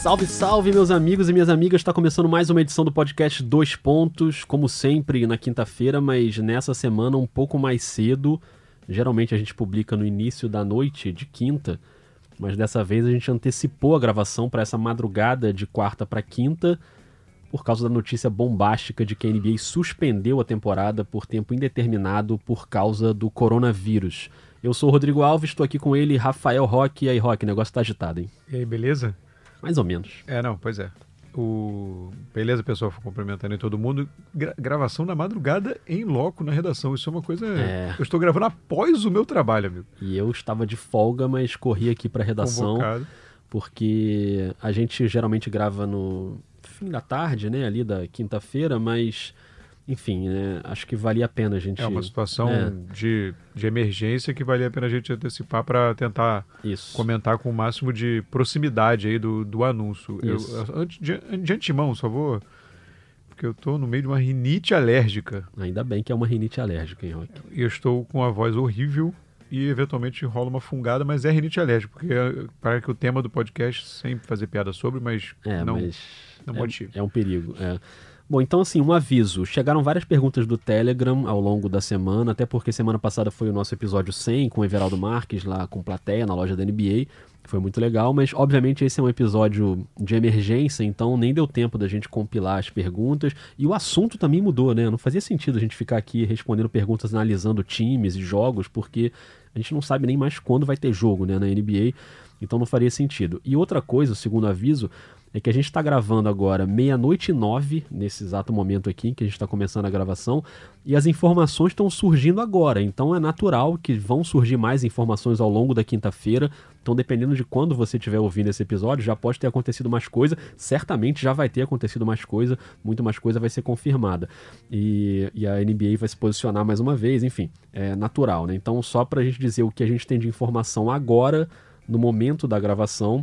Salve, salve, meus amigos e minhas amigas. Está começando mais uma edição do podcast Dois Pontos, como sempre na quinta-feira, mas nessa semana um pouco mais cedo. Geralmente a gente publica no início da noite de quinta, mas dessa vez a gente antecipou a gravação para essa madrugada de quarta para quinta, por causa da notícia bombástica de que a NBA suspendeu a temporada por tempo indeterminado por causa do coronavírus. Eu sou o Rodrigo Alves, estou aqui com ele, Rafael Roque. E aí, Roque, o negócio tá agitado, hein? E aí, beleza? Mais ou menos. Pois é. Beleza, pessoal, cumprimentando aí todo mundo. Gravação na madrugada em loco na redação. Isso é uma coisa... Eu estou gravando após o meu trabalho, amigo. E eu estava de folga, mas corri aqui para a redação. Convocado. Porque a gente geralmente grava no fim da tarde, né? Ali da quinta-feira, mas... Enfim, né, acho que valia a pena a gente... É uma situação de emergência que valia a pena a gente antecipar para tentar comentar com o máximo de proximidade aí do anúncio. De antemão, só vou... Porque eu estou no meio de uma rinite alérgica. Ainda bem que é uma rinite alérgica, hein, Roque? E eu estou com a voz horrível e eventualmente rola uma fungada, mas é rinite alérgica, porque parece que o tema do podcast sempre fazer piada sobre, mas não motivo. É um perigo, Bom, então assim, um aviso. Chegaram várias perguntas do Telegram ao longo da semana, até porque semana passada foi o nosso episódio 100 com o Everaldo Marques lá com plateia na loja da NBA, que foi muito legal, mas obviamente esse é um episódio de emergência, então nem deu tempo da gente compilar as perguntas, e o assunto também mudou, né? Não fazia sentido a gente ficar aqui respondendo perguntas, analisando times e jogos, porque a gente não sabe nem mais quando vai ter jogo, né, na NBA, então não faria sentido. E outra coisa, o segundo aviso, é que a gente está gravando agora 00:09, nesse exato momento aqui, que a gente está começando a gravação, e as informações estão surgindo agora, então é natural que vão surgir mais informações ao longo da quinta-feira, então dependendo de quando você estiver ouvindo esse episódio, já pode ter acontecido mais coisa, certamente já vai ter acontecido mais coisa, muito mais coisa vai ser confirmada, e a NBA vai se posicionar mais uma vez, enfim, é natural, né? Então só para a gente dizer o que a gente tem de informação agora, no momento da gravação,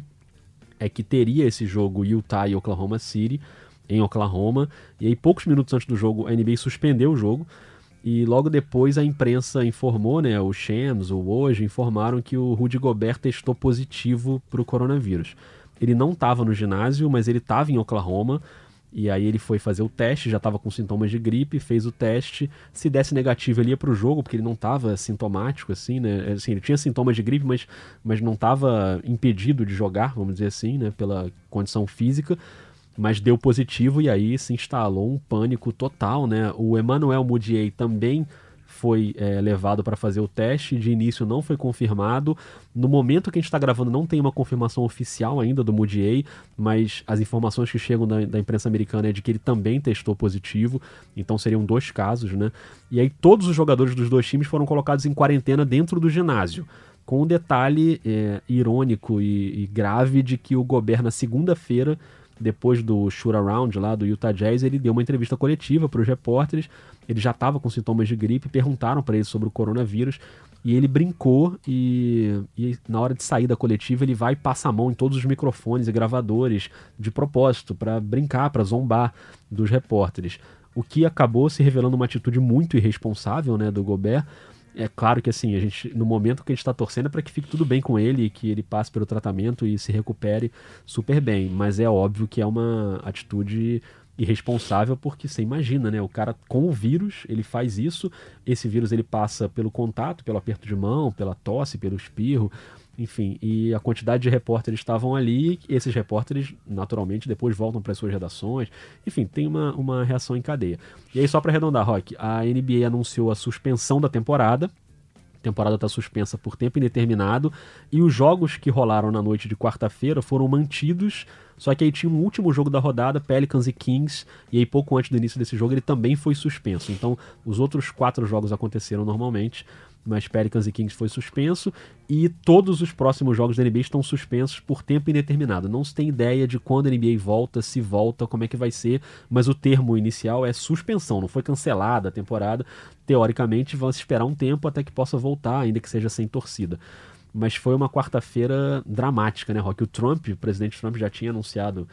é que teria esse jogo Utah e Oklahoma City, em Oklahoma, e aí poucos minutos antes do jogo a NBA suspendeu o jogo, e logo depois a imprensa informou, né, o Shams, o Woj, informaram que o Rudy Gobert testou positivo para o coronavírus. Ele não estava no ginásio, mas ele estava em Oklahoma, e aí ele foi fazer o teste, já estava com sintomas de gripe, fez o teste, se desse negativo ele ia para o jogo, porque ele não estava sintomático, assim, né, assim, ele tinha sintomas de gripe, mas não estava impedido de jogar, vamos dizer assim, né, pela condição física, mas deu positivo e aí se instalou um pânico total, né, o Emmanuel Mudiay também foi levado para fazer o teste, de início não foi confirmado, no momento que a gente está gravando não tem uma confirmação oficial ainda do Mudiay, mas as informações que chegam da imprensa americana é de que ele também testou positivo, então seriam 2 casos, né, e aí todos os jogadores dos 2 times foram colocados em quarentena dentro do ginásio, com um detalhe irônico e grave de que o Gobert na segunda-feira, depois do shoot-around lá do Utah Jazz, ele deu uma entrevista coletiva para os repórteres, ele já estava com sintomas de gripe, perguntaram para ele sobre o coronavírus, e ele brincou e na hora de sair da coletiva ele vai e passa a mão em todos os microfones e gravadores de propósito, para brincar, para zombar dos repórteres, o que acabou se revelando uma atitude muito irresponsável, né, do Gobert. É claro que assim, no momento que a gente está torcendo é para que fique tudo bem com ele, que ele passe pelo tratamento e se recupere super bem, mas é óbvio que é uma atitude irresponsável, porque você imagina, né, o cara com o vírus, ele faz isso, esse vírus ele passa pelo contato, pelo aperto de mão, pela tosse, pelo espirro, enfim, e a quantidade de repórteres estavam ali, esses repórteres naturalmente depois voltam para as suas redações, enfim, tem uma reação em cadeia. E aí só para arredondar, Roque, a NBA anunciou a suspensão da temporada, a temporada está suspensa por tempo indeterminado, e os jogos que rolaram na noite de quarta-feira foram mantidos, só que aí tinha um último jogo da rodada, Pelicans e Kings, e aí pouco antes do início desse jogo ele também foi suspenso, então os outros 4 jogos aconteceram normalmente, mas Pelicans e Kings foi suspenso, e todos os próximos jogos da NBA estão suspensos por tempo indeterminado. Não se tem ideia de quando a NBA volta, se volta, como é que vai ser, mas o termo inicial é suspensão, não foi cancelada a temporada. Teoricamente, vão se esperar um tempo até que possa voltar, ainda que seja sem torcida. Mas foi uma quarta-feira dramática, né, Roque? O presidente Trump já tinha anunciado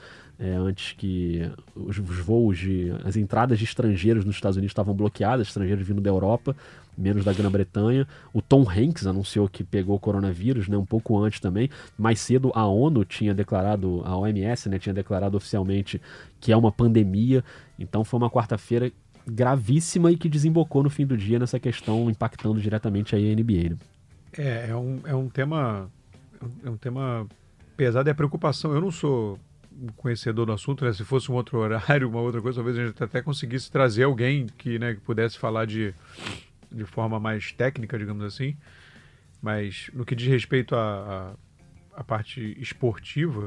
antes que os voos as entradas de estrangeiros nos Estados Unidos estavam bloqueadas, estrangeiros vindo da Europa, menos da Grã-Bretanha. O Tom Hanks anunciou que pegou o coronavírus, né, um pouco antes também. Mais cedo a ONU tinha declarado, a OMS, né, tinha declarado oficialmente que é uma pandemia. Então foi uma quarta-feira gravíssima e que desembocou no fim do dia nessa questão impactando diretamente aí a NBA. Né? É um tema pesado, e a preocupação. Eu não sou conhecedor do assunto, né? Se fosse um outro horário, uma outra coisa, talvez a gente até conseguisse trazer alguém que, né, que pudesse falar de forma mais técnica, digamos assim. Mas no que diz respeito à parte esportiva,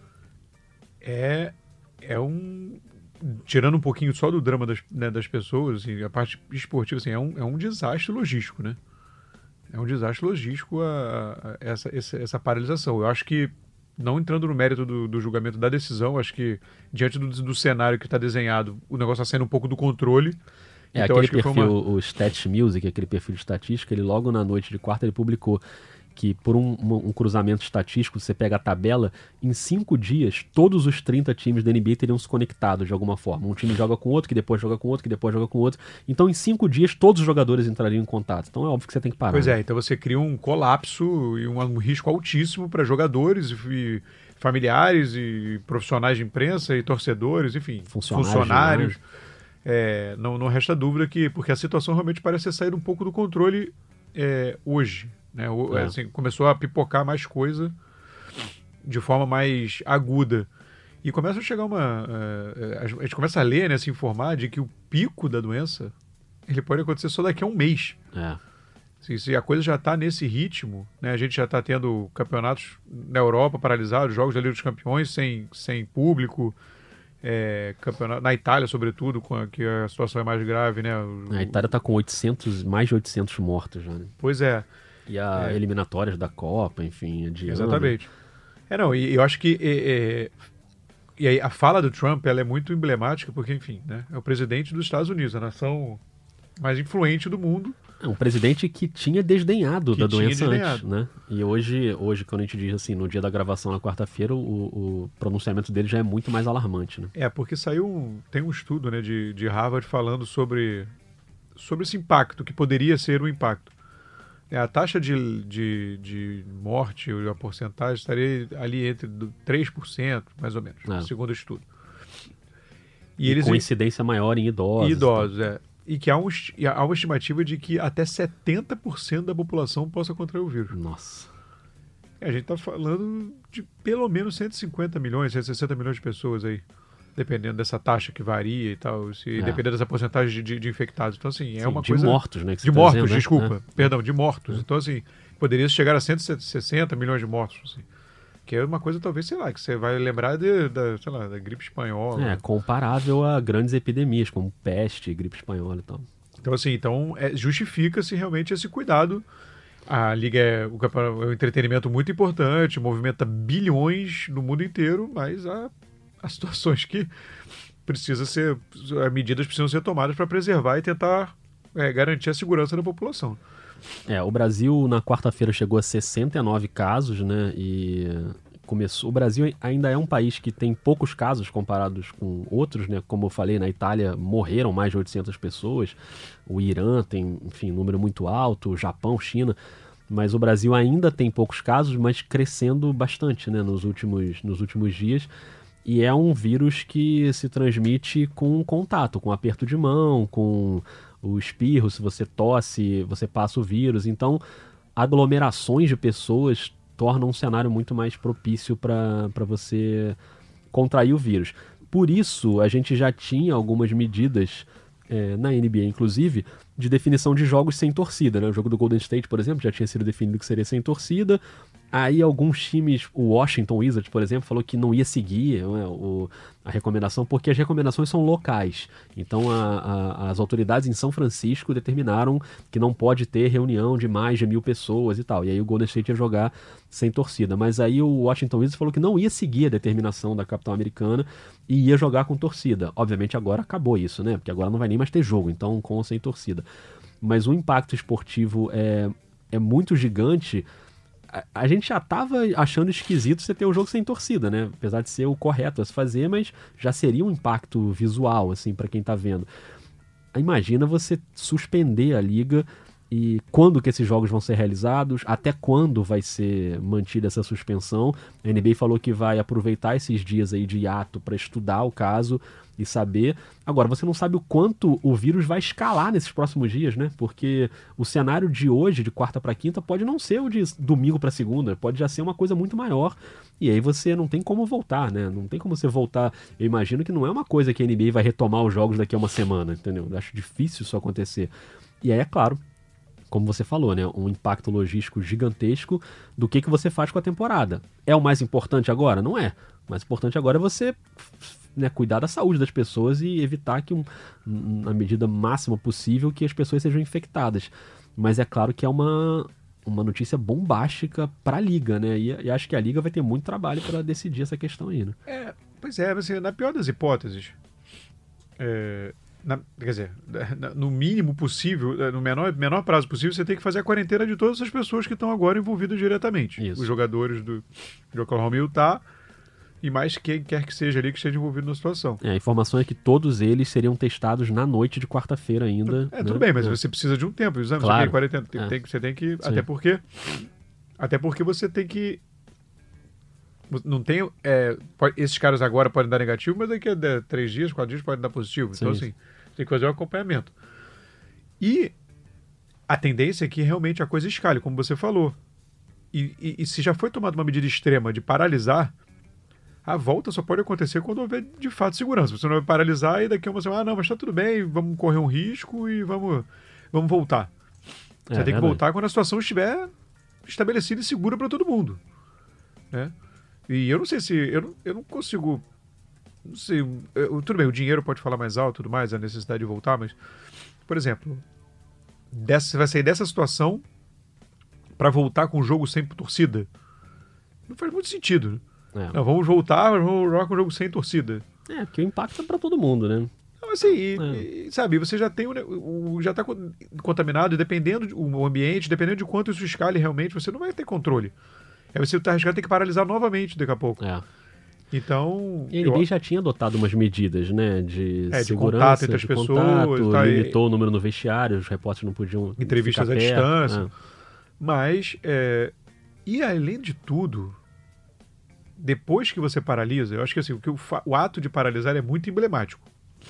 tirando um pouquinho só do drama das pessoas, assim, a parte esportiva, assim, é um desastre logístico, né? É um desastre logístico essa paralisação. Eu acho que, não entrando no mérito do julgamento da decisão, acho que diante do cenário que está desenhado, o negócio está saindo um pouco do controle. Então, aquele perfil, o Stats Music, aquele perfil de estatística, ele logo na noite de quarta ele publicou que por um cruzamento estatístico, você pega a tabela, em 5 dias, todos os 30 times da NBA teriam se conectado de alguma forma. Um time joga com outro, que depois joga com outro, que depois joga com outro. Então, em 5 dias, todos os jogadores entrariam em contato. Então, é óbvio que você tem que parar. Pois então você cria um colapso e um risco altíssimo para jogadores e familiares e profissionais de imprensa e torcedores, enfim, funcionários. Não resta dúvida que, porque a situação realmente parece ter saído um pouco do controle hoje. Né? Assim, começou a pipocar mais coisa de forma mais aguda. E começa a chegar a gente começa a ler, né, se informar de que o pico da doença ele pode acontecer só daqui a um mês. Se a coisa já está nesse ritmo, né, a gente já está tendo campeonatos na Europa paralisados, jogos da Liga dos Campeões sem público, campeonato, na Itália, sobretudo, que a situação é mais grave. Né? A Itália está com mais de 800 mortos já. Né? Pois é. E eliminatórias da Copa, enfim, exatamente. E eu acho que e aí a fala do Trump ela é muito emblemática, porque, enfim, né, é o presidente dos Estados Unidos, a nação mais influente do mundo. Um presidente que tinha desdenhado da doença antes, né? E hoje, quando a gente diz assim, no dia da gravação na quarta-feira, o pronunciamento dele já é muito mais alarmante, né? Porque tem um estudo, né, de Harvard falando sobre esse impacto, que poderia ser um impacto. A taxa de morte, a porcentagem, estaria ali entre 3%, mais ou menos, segundo o estudo. E com incidência maior em idosos. Idosos, E que há uma estimativa de que até 70% da população possa contrair o vírus. Nossa. A gente está falando de pelo menos 150 milhões, 160 milhões de pessoas aí. Dependendo dessa taxa que varia e tal, dependendo dessa porcentagem de infectados. Então, assim, uma coisa... De mortos, né? De mortos, dizendo, desculpa. Né? Perdão, de mortos. Então, assim, poderia chegar a 160 milhões de mortos, assim. Que é uma coisa, talvez, sei lá, que você vai lembrar da gripe espanhola. Comparável a grandes epidemias, como peste, gripe espanhola e tal. Então, assim, justifica-se realmente esse cuidado. A Liga é um entretenimento muito importante, movimenta bilhões no mundo inteiro, mas há situações que medidas precisam ser tomadas para preservar e tentar garantir a segurança da população. O Brasil na quarta-feira chegou a 69 casos, né? E o Brasil ainda é um país que tem poucos casos comparados com outros, né? Como eu falei, na Itália morreram mais de 800 pessoas, o Irã tem, enfim, um número muito alto, o Japão, China, mas o Brasil ainda tem poucos casos, mas crescendo bastante, né? Nos últimos dias. E é um vírus que se transmite com contato, com aperto de mão, com o espirro, se você tosse, você passa o vírus. Então, aglomerações de pessoas tornam um cenário muito mais propício para você contrair o vírus. Por isso, a gente já tinha algumas medidas na NBA, inclusive, de definição de jogos sem torcida. Né? O jogo do Golden State, por exemplo, já tinha sido definido que seria sem torcida. Aí alguns times, o Washington Wizards, por exemplo, falou que não ia seguir a recomendação, porque as recomendações são locais. Então as autoridades em São Francisco determinaram que não pode ter reunião de mais de 1.000 pessoas e tal. E aí o Golden State ia jogar sem torcida. Mas aí o Washington Wizards falou que não ia seguir a determinação da capital americana e ia jogar com torcida. Obviamente agora acabou isso, né? Porque agora não vai nem mais ter jogo, então com ou sem torcida. Mas o impacto esportivo é muito gigante. a gente já tava achando esquisito você ter um jogo sem torcida, né? Apesar de ser o correto a se fazer, mas já seria um impacto visual, assim, pra quem tá vendo. Imagina você suspender a liga e quando que esses jogos vão ser realizados, até quando vai ser mantida essa suspensão. A NBA falou que vai aproveitar esses dias aí de hiato para estudar o caso e saber. Agora, você não sabe o quanto o vírus vai escalar nesses próximos dias, né? Porque o cenário de hoje, de quarta para quinta, pode não ser o de domingo para segunda, pode já ser uma coisa muito maior. E aí você não tem como voltar, né? Não tem como você voltar. Eu imagino que não é uma coisa que a NBA vai retomar os jogos daqui a uma semana, entendeu? Eu acho difícil isso acontecer. E aí, é claro, como você falou, né, um impacto logístico gigantesco do que você faz com a temporada. É o mais importante agora? Não é. O mais importante agora é você, né, cuidar da saúde das pessoas e evitar que, na medida máxima possível, que as pessoas sejam infectadas. Mas é claro que é uma notícia bombástica para a Liga, né? E acho que a Liga vai ter muito trabalho para decidir essa questão aí, né? Pois é, assim, na pior das hipóteses, quer dizer, no mínimo possível, no menor prazo possível, você tem que fazer a quarentena de todas as pessoas que estão agora envolvidas diretamente. Isso. Os jogadores do Oklahoma e Utah e mais quem quer que seja ali que esteja envolvido na situação. A informação é que todos eles seriam testados na noite de quarta-feira ainda. Tudo bem, mas você precisa de um tempo. Exame, claro. Você tem quarentena, você tem que... Até porque você tem que... Não tem... esses caras agora podem dar negativo, mas daqui a 3 dias, 4 dias podem dar positivo. Então, assim, tem que fazer um acompanhamento. E a tendência é que realmente a coisa escale, como você falou. E se já foi tomada uma medida extrema de paralisar, a volta só pode acontecer quando houver, de fato, segurança. Você não vai paralisar e daqui a uma semana, não, mas tá tudo bem, vamos correr um risco e vamos voltar. Você tem que voltar quando a situação estiver estabelecida e segura para todo mundo. Né? E eu não sei se... Eu não consigo... Não sei, tudo bem, o dinheiro pode falar mais alto, tudo mais, a necessidade de voltar, mas, por exemplo, você vai sair dessa situação para voltar com o jogo sem torcida? Não faz muito sentido. Não, vamos voltar, mas vamos jogar com o jogo sem torcida. Porque o impacto é para todo mundo, né? Não, assim, sabe, você já tem já está contaminado, e dependendo do ambiente, dependendo de quanto isso escale realmente, você não vai ter controle. Aí você está arriscado ter que paralisar novamente daqui a pouco. Então... E a NBA já tinha adotado umas medidas, né? De segurança, de contato entre as pessoas. Limitou o número no vestiário, os repórteres não podiam entrevistas à distância. Mas, e além de tudo, depois que você paralisa, eu acho que assim, o ato de paralisar é muito emblemático.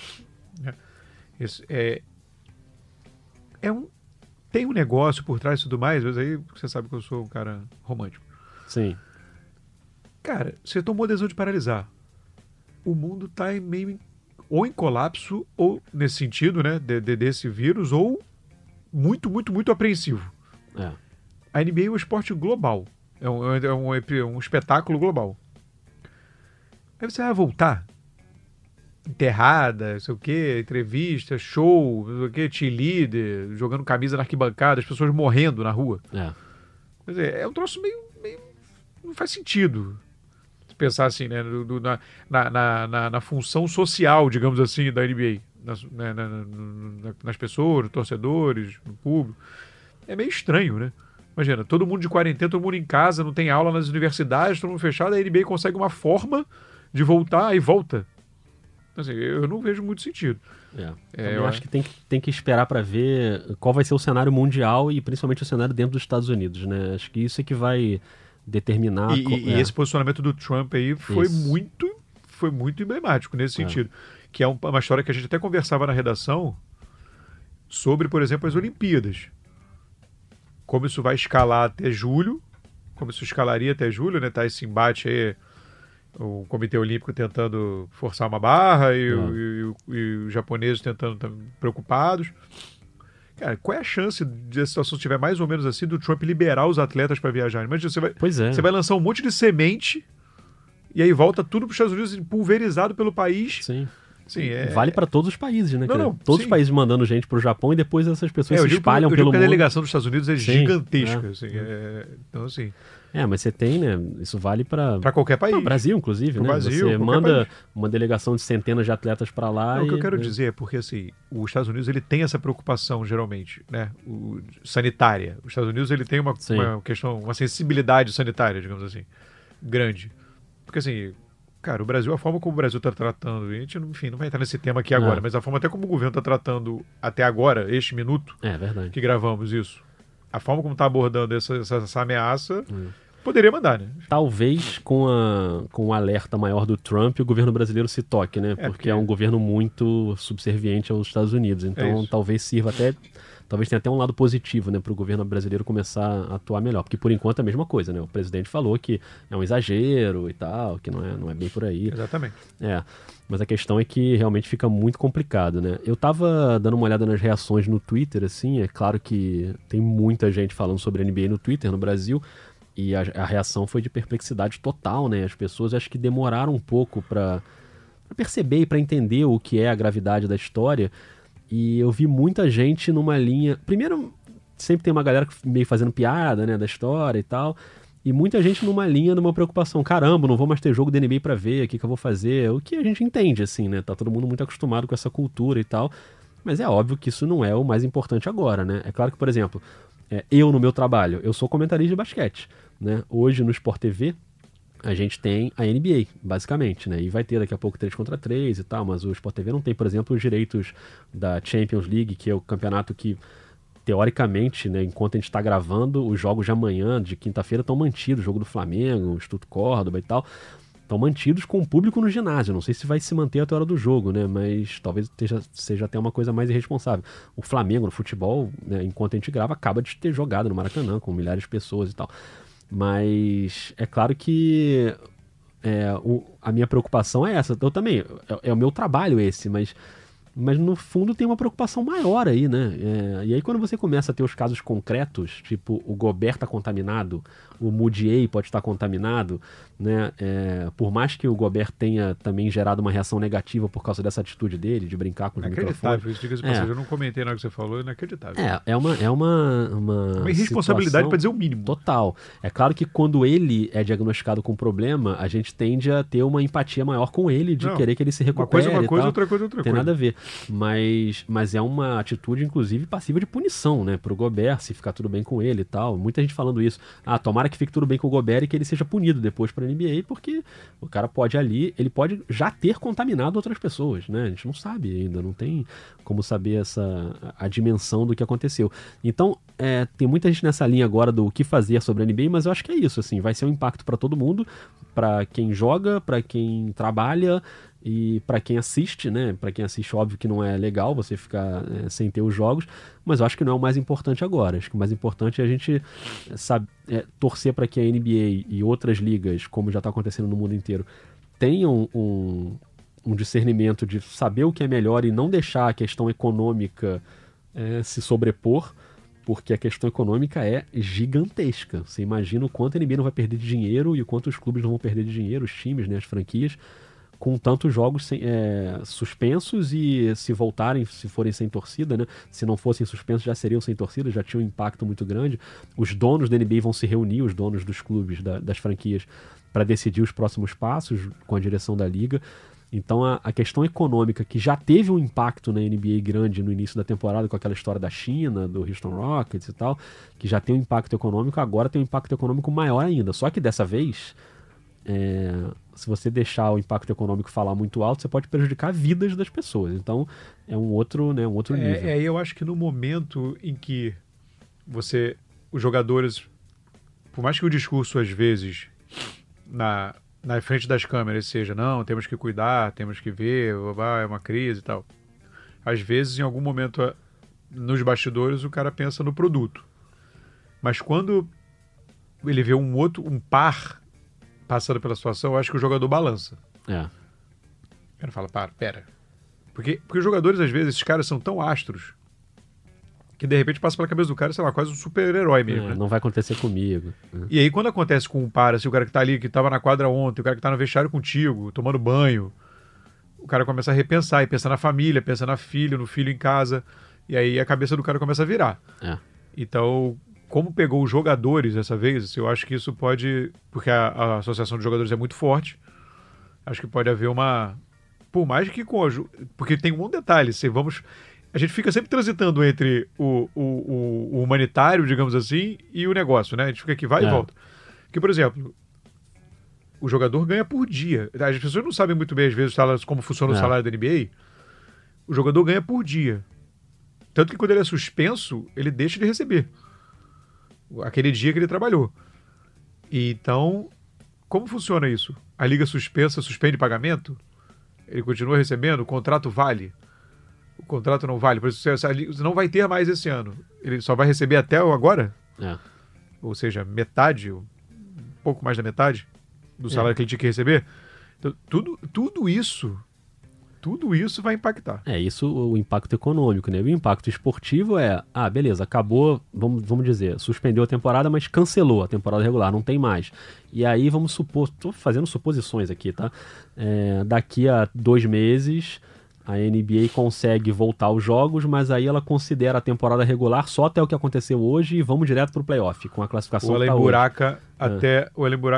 Tem um negócio por trás e tudo mais, mas aí você sabe que eu sou um cara romântico. Sim. Cara, você tomou a decisão de paralisar. O mundo está ou em colapso, ou nesse sentido, né, desse vírus, ou muito, muito, muito apreensivo. A NBA é um esporte global. É um espetáculo global. Aí você vai voltar enterrada, não sei o quê, entrevista, show, não sei o quê, cheerleader, jogando camisa na arquibancada, as pessoas morrendo na rua. Quer dizer, é um troço meio... Não faz sentido. Pensar assim, né, na função social, digamos assim, da NBA, nas pessoas, nos torcedores, no público. É meio estranho, né? Imagina, todo mundo de quarentena, todo mundo em casa, não tem aula nas universidades, todo mundo fechado, a NBA consegue uma forma de voltar e volta. Assim, eu não vejo muito sentido. Eu acho que tem que esperar para ver qual vai ser o cenário mundial e principalmente o cenário dentro dos Estados Unidos, né? Acho que isso é que vai determinar... E esse posicionamento do Trump aí foi muito emblemático nesse sentido. Que é uma história que a gente até conversava na redação sobre, por exemplo, as Olimpíadas. Como isso vai escalar até julho, como isso escalaria até julho, né? Tá esse embate aí, o Comitê Olímpico tentando forçar uma barra e os japoneses tentando preocupados. Cara, qual é a chance de a situação estiver mais ou menos assim do Trump liberar os atletas para viajar? Imagina, você vai lançar um monte de semente e aí volta tudo para os Estados Unidos pulverizado pelo país. Sim. Sim, vale para todos os países, né? Todos os países mandando gente pro Japão e depois essas pessoas se espalham pelo mundo. A delegação dos Estados Unidos é gigantesca. Assim, então, assim... mas você tem, né? Isso vale para qualquer país. Para o Brasil, inclusive, né? Brasil, você manda uma delegação de centenas de atletas para lá. O que eu quero dizer é porque, assim, os Estados Unidos ele tem essa preocupação, geralmente, né? Sanitária. Os Estados Unidos ele tem uma questão, uma sensibilidade sanitária, digamos assim, grande. Porque, assim... Cara, o Brasil, a forma como o Brasil está tratando, a gente, enfim, não vai entrar nesse tema aqui agora, mas a forma até como o governo está tratando até agora, este minuto que gravamos isso, a forma como está abordando essa ameaça, poderia mandar, né? Talvez com o alerta maior do Trump, o governo brasileiro se toque, né? Porque é um governo muito subserviente aos Estados Unidos, então talvez sirva até... Talvez tenha até um lado positivo, né, para o governo brasileiro começar a atuar melhor. Porque, por enquanto, é a mesma coisa, né? O presidente falou que é um exagero e tal, que não é bem por aí. Exatamente. Mas a questão é que realmente fica muito complicado, né? Eu tava dando uma olhada nas reações no Twitter, assim, é claro que tem muita gente falando sobre a NBA no Twitter, no Brasil, e a reação foi de perplexidade total, né? As pessoas acho que demoraram um pouco para perceber e para entender o que é a gravidade da história. E eu vi muita gente numa linha... Primeiro, sempre tem uma galera meio fazendo piada, né, da história e tal. E muita gente numa linha, numa preocupação. Caramba, não vou mais ter jogo da NBA pra ver, o que eu vou fazer? O que a gente entende, assim, né? Tá todo mundo muito acostumado com essa cultura e tal. Mas é óbvio que isso não é o mais importante agora, né? É claro que, por exemplo, eu no meu trabalho, eu sou comentarista de basquete, né? Hoje no Sport TV... a gente tem a NBA, basicamente, né? E vai ter daqui a pouco 3 contra 3 e tal, mas o Sport TV não tem, por exemplo, os direitos da Champions League, que é o campeonato que, teoricamente, né, enquanto a gente está gravando, os jogos de amanhã, de quinta-feira, estão mantidos. O jogo do Flamengo, o Stuttgart, Córdoba e tal, estão mantidos com o público no ginásio. Não sei se vai se manter até a hora do jogo, né? Mas talvez seja até uma coisa mais irresponsável. O Flamengo, no futebol, né, enquanto a gente grava, acaba de ter jogado no Maracanã, com milhares de pessoas e tal. Mas é claro que a minha preocupação é essa. Eu também, é o meu trabalho esse, mas no fundo tem uma preocupação maior aí, né? E aí quando você começa a ter os casos concretos, tipo o Gobert tá contaminado, o Mudiay pode estar contaminado, né? Por mais que o Gobert tenha também gerado uma reação negativa por causa dessa atitude dele, de brincar com os microfones. Isso, diga-se de passagem, eu não comentei na hora que você falou, é inacreditável. É uma irresponsabilidade para dizer o mínimo. Total. É claro que quando ele é diagnosticado com problema, a gente tende a ter uma empatia maior com ele, de querer que ele se recupere. Uma coisa, outra coisa. Tem nada a ver. Mas é uma atitude, inclusive, passiva de punição, né? Pro Gobert, se ficar tudo bem com ele e tal. Muita gente falando isso. Tomara que fique tudo bem com o Gobert e que ele seja punido depois pra NBA, porque o cara ele pode já ter contaminado outras pessoas, né? A gente não sabe ainda, não tem como saber a dimensão do que aconteceu. Então, tem muita gente nessa linha agora do que fazer sobre a NBA, mas eu acho que é isso, assim, vai ser um impacto pra todo mundo, pra quem joga, pra quem trabalha, e para quem assiste, né? Para quem assiste, óbvio que não é legal você ficar sem ter os jogos, mas eu acho que não é o mais importante agora. Acho que o mais importante é a gente torcer para que a NBA e outras ligas, como já está acontecendo no mundo inteiro, tenham um discernimento de saber o que é melhor e não deixar a questão econômica se sobrepor, porque a questão econômica é gigantesca. Você imagina o quanto a NBA não vai perder de dinheiro e o quanto os clubes não vão perder de dinheiro, os times, né, as franquias, com tantos jogos suspensos e se forem sem torcida, né? Se não fossem suspensos já seriam sem torcida, já tinha um impacto muito grande. Os donos da NBA vão se reunir, os donos dos clubes, das franquias, para decidir os próximos passos com a direção da liga. Então a questão econômica, que já teve um impacto na NBA grande no início da temporada, com aquela história da China, do Houston Rockets e tal, que já tem um impacto econômico, agora tem um impacto econômico maior ainda. Só que dessa vez... se você deixar o impacto econômico falar muito alto, você pode prejudicar vidas das pessoas. Então, é um outro nível. Eu acho que no momento em que os jogadores, por mais que o discurso, às vezes, na frente das câmeras seja, não, temos que cuidar, temos que ver, é uma crise e tal. Às vezes, em algum momento, nos bastidores, o cara pensa no produto. Mas quando ele vê um par passando pela situação, eu acho que o jogador balança. O cara fala, pera. Porque os jogadores, às vezes, esses caras são tão astros que, de repente, passa pela cabeça do cara, sei lá, quase um super-herói mesmo. Né? Não vai acontecer comigo. E aí, quando acontece com um par, assim, o cara que tá ali, que tava na quadra ontem, o cara que tá no vestiário contigo, tomando banho, o cara começa a repensar, e pensa na família, pensa na filha, no filho em casa, e aí a cabeça do cara começa a virar. Então, como pegou os jogadores dessa vez, eu acho que isso pode, porque a associação de jogadores é muito forte, acho que pode haver uma... Por mais que porque tem um detalhe, a gente fica sempre transitando entre o humanitário, digamos assim, e o negócio, né? A gente fica aqui, vai e volta. Porque, por exemplo, o jogador ganha por dia. As pessoas não sabem muito bem, às vezes, como funciona o salário da NBA. O jogador ganha por dia. Tanto que quando ele é suspenso, ele deixa de receber aquele dia que ele trabalhou. E então, como funciona isso? A liga suspensa suspende pagamento? Ele continua recebendo? O contrato vale? O contrato não vale? Por isso, você não vai ter mais esse ano. Ele só vai receber até agora? Ou seja, metade, um pouco mais da metade do salário que ele tinha que receber. Então, tudo isso vai impactar. Isso, o impacto econômico, né? O impacto esportivo beleza, acabou, vamos dizer, suspendeu a temporada, mas cancelou a temporada regular, não tem mais. E aí vamos supor, tô fazendo suposições aqui, tá? Daqui a 2 meses a NBA consegue voltar aos jogos, mas aí ela considera a temporada regular só até o que aconteceu hoje e vamos direto pro playoff, com a classificação ou ela emburaca até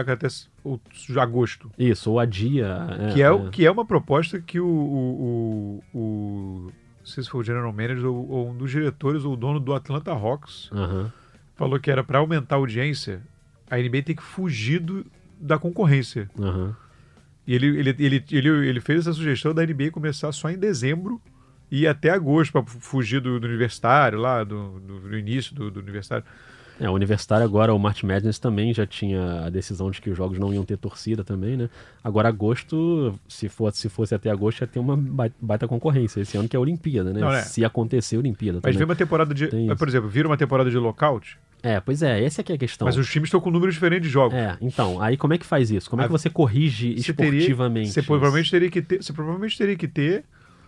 agosto. Isso, ou adia. Que é uma proposta que não sei se foi o general manager ou um dos diretores ou o dono do Atlanta Hawks falou que era para aumentar a audiência, a NBA tem que fugir da concorrência. E ele fez essa sugestão da NBA começar só em dezembro e ir até agosto para fugir do universitário lá, do início do universitário. O universitário agora, o March Madness também já tinha a decisão de que os jogos não iam ter torcida também, né? Agora agosto, se fosse até agosto, ia ter uma baita concorrência. Esse ano que é a Olimpíada, né? Não, se acontecer a Olimpíada Mas também. vem uma temporada por exemplo, vira uma temporada de lockout? Pois essa aqui é a questão. Mas os times estão com números diferentes de jogos. Então, aí como é que faz isso? Como é que você corrige esportivamente? Você provavelmente teria que ter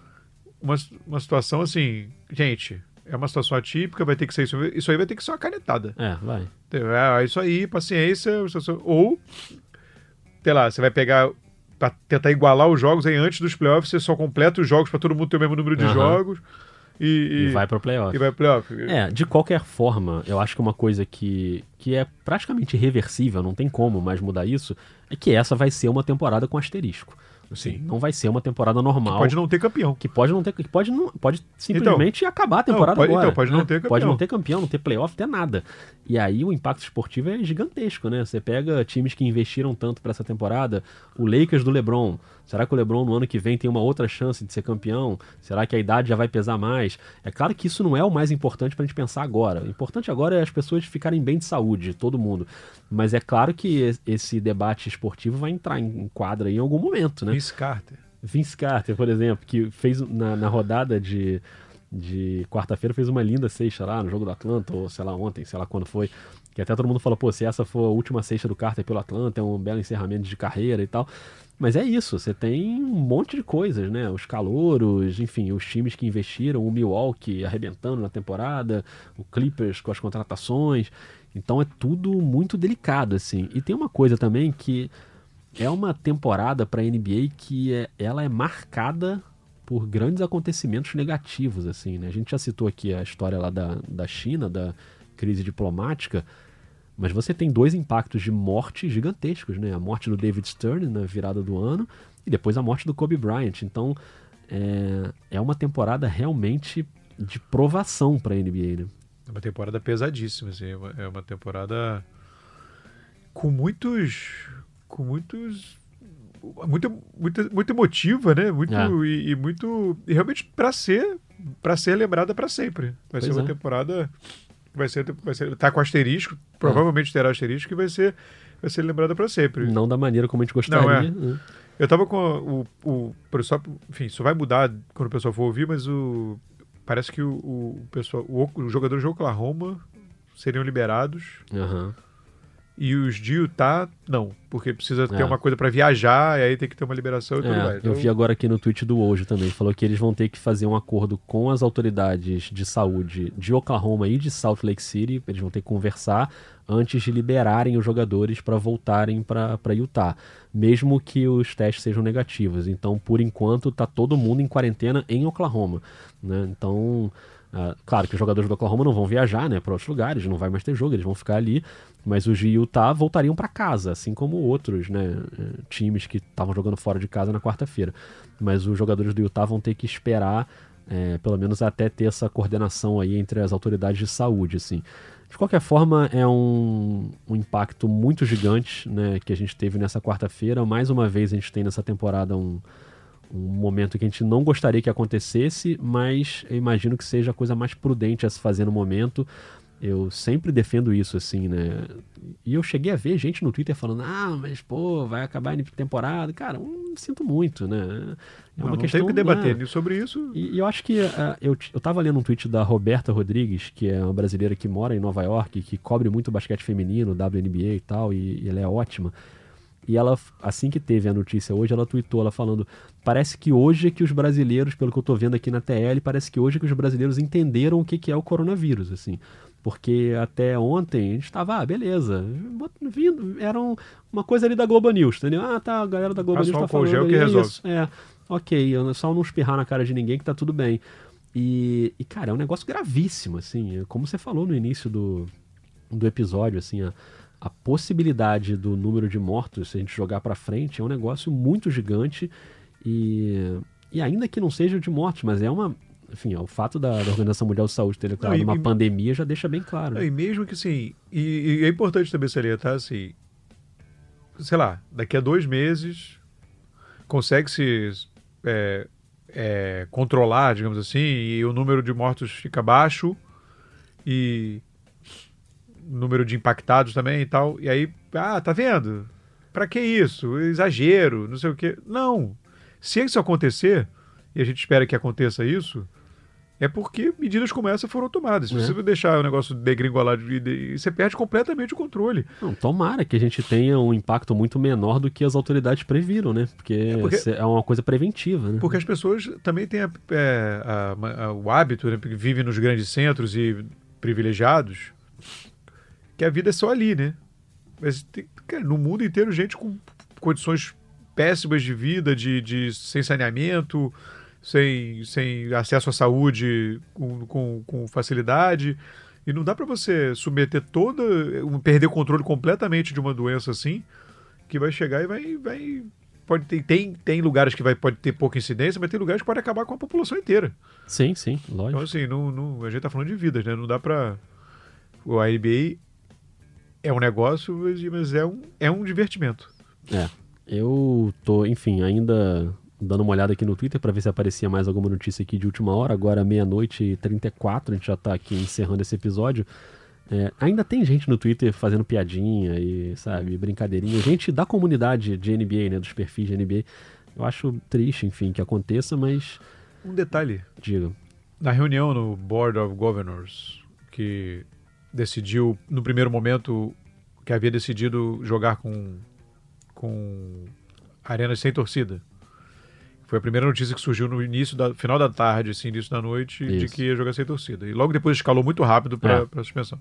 uma situação assim, gente, é uma situação atípica, vai ter que ser isso aí vai ter que ser uma canetada. Vai. Isso aí, paciência, ou, sei lá, você vai pegar pra tentar igualar os jogos aí antes dos playoffs, você só completa os jogos pra todo mundo ter o mesmo número de jogos. E vai pro playoff. De qualquer forma, eu acho que uma coisa que é praticamente irreversível, não tem como mais mudar isso, é que essa vai ser uma temporada com asterisco. Sim. Não vai ser uma temporada normal. Que pode não ter campeão. Pode simplesmente acabar a temporada agora. Então, pode não ter campeão. Pode não ter campeão, não ter playoff, não ter nada. E aí o impacto esportivo é gigantesco, né? Você pega times que investiram tanto para essa temporada, o Lakers do LeBron. Será que o LeBron no ano que vem tem uma outra chance de ser campeão? Será que a idade já vai pesar mais? É claro que isso não é o mais importante pra gente pensar agora. O importante agora é as pessoas ficarem bem de saúde, todo mundo. Mas é claro que esse debate esportivo vai entrar em quadra em algum momento, né? Vince Carter, por exemplo, que fez na rodada de quarta-feira, fez uma linda cesta lá no jogo do Atlanta, ou sei lá, ontem, sei lá quando foi, que até todo mundo falou, se essa for a última cesta do Carter pelo Atlanta, é um belo encerramento de carreira e tal. Mas é isso, você tem um monte de coisas, né? Os calouros, enfim, os times que investiram, o Milwaukee arrebentando na temporada, o Clippers com as contratações. Então é tudo muito delicado, assim. E tem uma coisa também que é uma temporada para a NBA que ela é marcada por grandes acontecimentos negativos, assim, né? A gente já citou aqui a história lá da China, da crise diplomática, mas você tem 2 impactos de morte gigantescos, né? A morte do David Stern na virada do ano e depois a morte do Kobe Bryant. Então, é uma temporada realmente de provação para a NBA, né? É uma temporada pesadíssima, assim. É uma temporada com muito emotiva, né? E realmente para ser lembrada para sempre. Vai ser uma temporada vai ser tá com asterisco, provavelmente terá asterisco e vai ser lembrada para sempre. Não da maneira como a gente gostaria. Não, Eu tava com o pessoal, enfim, isso vai mudar quando o pessoal for ouvir, mas parece que os jogadores de Oklahoma seriam liberados. E os de Utah, não. Porque precisa ter uma coisa para viajar, e aí tem que ter uma liberação e tudo mais. Então... Eu vi agora aqui no tweet do Woj também. Falou que eles vão ter que fazer um acordo com as autoridades de saúde de Oklahoma e de Salt Lake City. Eles vão ter que conversar antes de liberarem os jogadores para voltarem para Utah. Mesmo que os testes sejam negativos. Então, por enquanto, está todo mundo em quarentena em Oklahoma, né? Então... claro que os jogadores do Oklahoma não vão viajar, né, para outros lugares, não vai mais ter jogo, eles vão ficar ali, mas os de Utah voltariam para casa, assim como outros, né, times que estavam jogando fora de casa na quarta-feira. Mas os jogadores do Utah vão ter que esperar, pelo menos até ter essa coordenação aí entre as autoridades de saúde, assim. De qualquer forma, é um impacto muito gigante, né, que a gente teve nessa quarta-feira. Mais uma vez a gente tem nessa temporada um momento que a gente não gostaria que acontecesse, mas eu imagino que seja a coisa mais prudente a se fazer no momento. Eu sempre defendo isso, assim, né? E eu cheguei a ver gente no Twitter falando, mas, pô, vai acabar a temporada. Cara, sinto muito, né? Não tem que debater sobre isso. E eu acho que eu tava lendo um tweet da Roberta Rodrigues, que é uma brasileira que mora em Nova York, que cobre muito basquete feminino, WNBA e tal, e ela é ótima. E ela, assim que teve a notícia hoje, ela tweetou, ela falando, parece que hoje é que os brasileiros, pelo que eu tô vendo aqui na TL, parece que hoje é que os brasileiros entenderam o que é o coronavírus, assim. Porque até ontem a gente tava, beleza, vindo, era uma coisa ali da Globo News, entendeu? A galera da Globo News tá falando, gel que resolve. Isso, ok, só não espirrar na cara de ninguém que tá tudo bem. E cara, é um negócio gravíssimo, assim, como você falou no início do episódio, assim, a possibilidade do número de mortos, se a gente jogar para frente, é um negócio muito gigante e ainda que não seja de mortos, mas enfim, o fato da Organização Mundial de Saúde ter declarado uma pandemia já deixa bem claro. E mesmo que assim, e é importante também salientar assim, sei lá, daqui a 2 meses consegue-se controlar, digamos assim, e o número de mortos fica baixo e número de impactados também e tal, e aí, tá vendo? Pra que isso? Exagero, não sei o quê. Não. Se isso acontecer, e a gente espera que aconteça isso, é porque medidas como essa foram tomadas. Se você deixar o negócio degringolar, você perde completamente o controle. Não, tomara que a gente tenha um impacto muito menor do que as autoridades previram, né? Porque é uma coisa preventiva, né? Porque as pessoas também têm o hábito, né? Porque vivem nos grandes centros e privilegiados, que a vida é só ali, né? Mas cara, no mundo inteiro, gente com condições péssimas de vida, sem saneamento, sem acesso à saúde com facilidade. E não dá para você submeter perder o controle completamente de uma doença assim, que vai chegar e vai pode ter, tem lugares que pode ter pouca incidência, mas tem lugares que pode acabar com a população inteira. Sim, lógico. Então, assim, a gente tá falando de vidas, né? Não dá para... A NBA é um negócio, mas é um divertimento. Eu tô, enfim, ainda dando uma olhada aqui no Twitter para ver se aparecia mais alguma notícia aqui de última hora. Agora 00:34, a gente já tá aqui encerrando esse episódio. Ainda tem gente no Twitter fazendo piadinha e, sabe, brincadeirinha. Gente da comunidade de NBA, né, dos perfis de NBA. Eu acho triste, enfim, que aconteça, mas... Um detalhe. Diga. Na reunião no Board of Governors, que decidiu, no primeiro momento, que havia decidido jogar com arenas sem torcida. Foi a primeira notícia que surgiu no final da tarde, assim, início da noite, de que ia jogar sem torcida. E logo depois escalou muito rápido para a suspensão.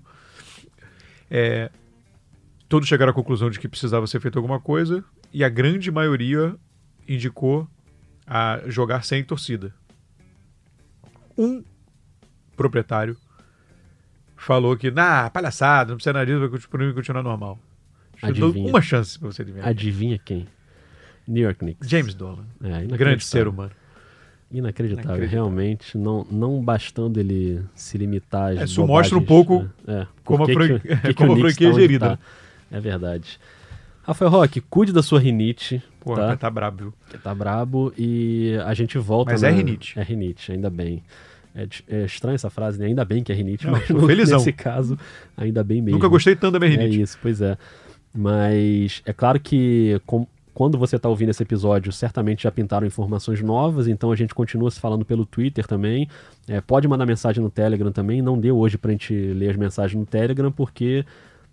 Todos chegaram à conclusão de que precisava ser feita alguma coisa, e a grande maioria indicou a jogar sem torcida. Um proprietário falou que, palhaçada, não precisa nada disso, vai continuar normal. Eu dou uma chance pra você adivinhar. Adivinha quem? New York Knicks. James Dolan. Grande ser humano. Inacreditável. Realmente, não bastando ele se limitar às isso mostra um pouco como a franquia é gerida. É verdade. Rafael Roque, cuide da sua rinite. Tá brabo. Tá brabo e a gente volta... Mas é rinite. É rinite, ainda bem. É estranha essa frase, né? Ainda bem que é rinite, mas nesse caso, ainda bem mesmo. Nunca gostei tanto da minha rinite. É isso, pois é. Mas é claro que quando você está ouvindo esse episódio, certamente já pintaram informações novas, então a gente continua se falando pelo Twitter também. Pode mandar mensagem no Telegram também. Não deu hoje pra gente ler as mensagens no Telegram, porque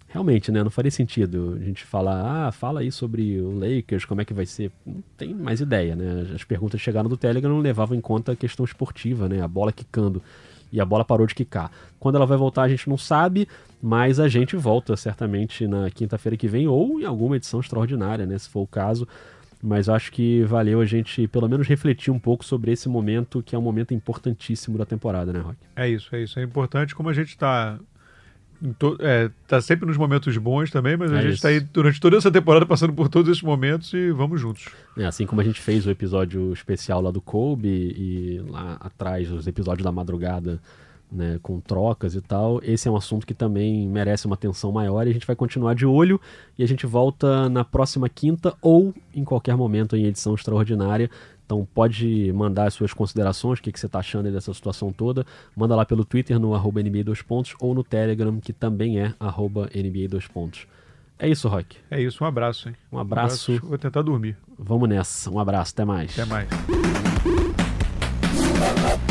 realmente, né, não faria sentido a gente falar, fala aí sobre o Lakers, como é que vai ser. Não tem mais ideia, né? As perguntas chegaram do Telegram não levavam em conta a questão esportiva, né? A bola quicando. E a bola parou de quicar. Quando ela vai voltar a gente não sabe, mas a gente volta certamente na quinta-feira que vem ou em alguma edição extraordinária, né, se for o caso. Mas eu acho que valeu a gente pelo menos refletir um pouco sobre esse momento, que é um momento importantíssimo da temporada, né, Rock? É isso. É importante como a gente está tá sempre nos momentos bons também, mas a gente está aí durante toda essa temporada passando por todos esses momentos e vamos juntos. Assim como a gente fez o episódio especial lá do Kobe e lá atrás os episódios da madrugada, né, com trocas e tal, esse é um assunto que também merece uma atenção maior e a gente vai continuar de olho e a gente volta na próxima quinta ou em qualquer momento em edição extraordinária. Então pode mandar as suas considerações, o que você está achando aí dessa situação toda. Manda lá pelo Twitter no @NBA2pontos ou no Telegram, que também é @NBA2pontos. É isso, Rock. É isso, um abraço, hein? Um abraço. Vou tentar dormir. Vamos nessa. Um abraço, até mais. Até mais.